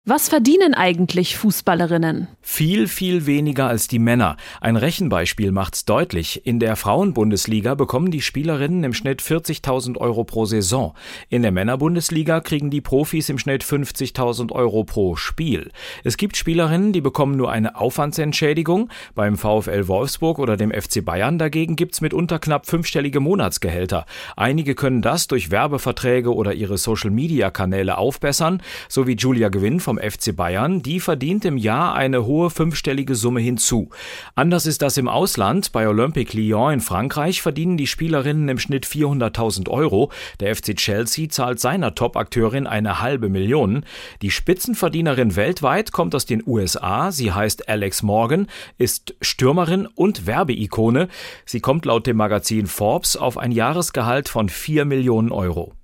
Was verdienen eigentlich Fußballerinnen? Viel, viel weniger als die Männer. Ein Rechenbeispiel macht's deutlich. In der Frauenbundesliga bekommen die Spielerinnen im Schnitt 40.000 Euro pro Saison. In der Männerbundesliga kriegen die Profis im Schnitt 50.000 Euro pro Spiel. Es gibt Spielerinnen, die bekommen nur eine Aufwandsentschädigung. Beim VfL Wolfsburg oder dem FC Bayern dagegen gibt's mitunter knapp 5-stellige Monatsgehälter. Einige können das durch Werbeverträge oder ihre Social-Media-Kanäle aufbessern, so wie Julia Gwinn vom FC Bayern, die verdient im Jahr eine hohe 5-stellige Summe hinzu. Anders ist das im Ausland. Bei Olympique Lyon in Frankreich verdienen die Spielerinnen im Schnitt 400.000 Euro. Der FC Chelsea zahlt seiner Top-Akteurin eine $500.000. Die Spitzenverdienerin weltweit kommt aus den USA. Sie heißt Alex Morgan, ist Stürmerin und Werbeikone. Sie kommt laut dem Magazin Forbes auf ein Jahresgehalt von 4 Millionen Euro.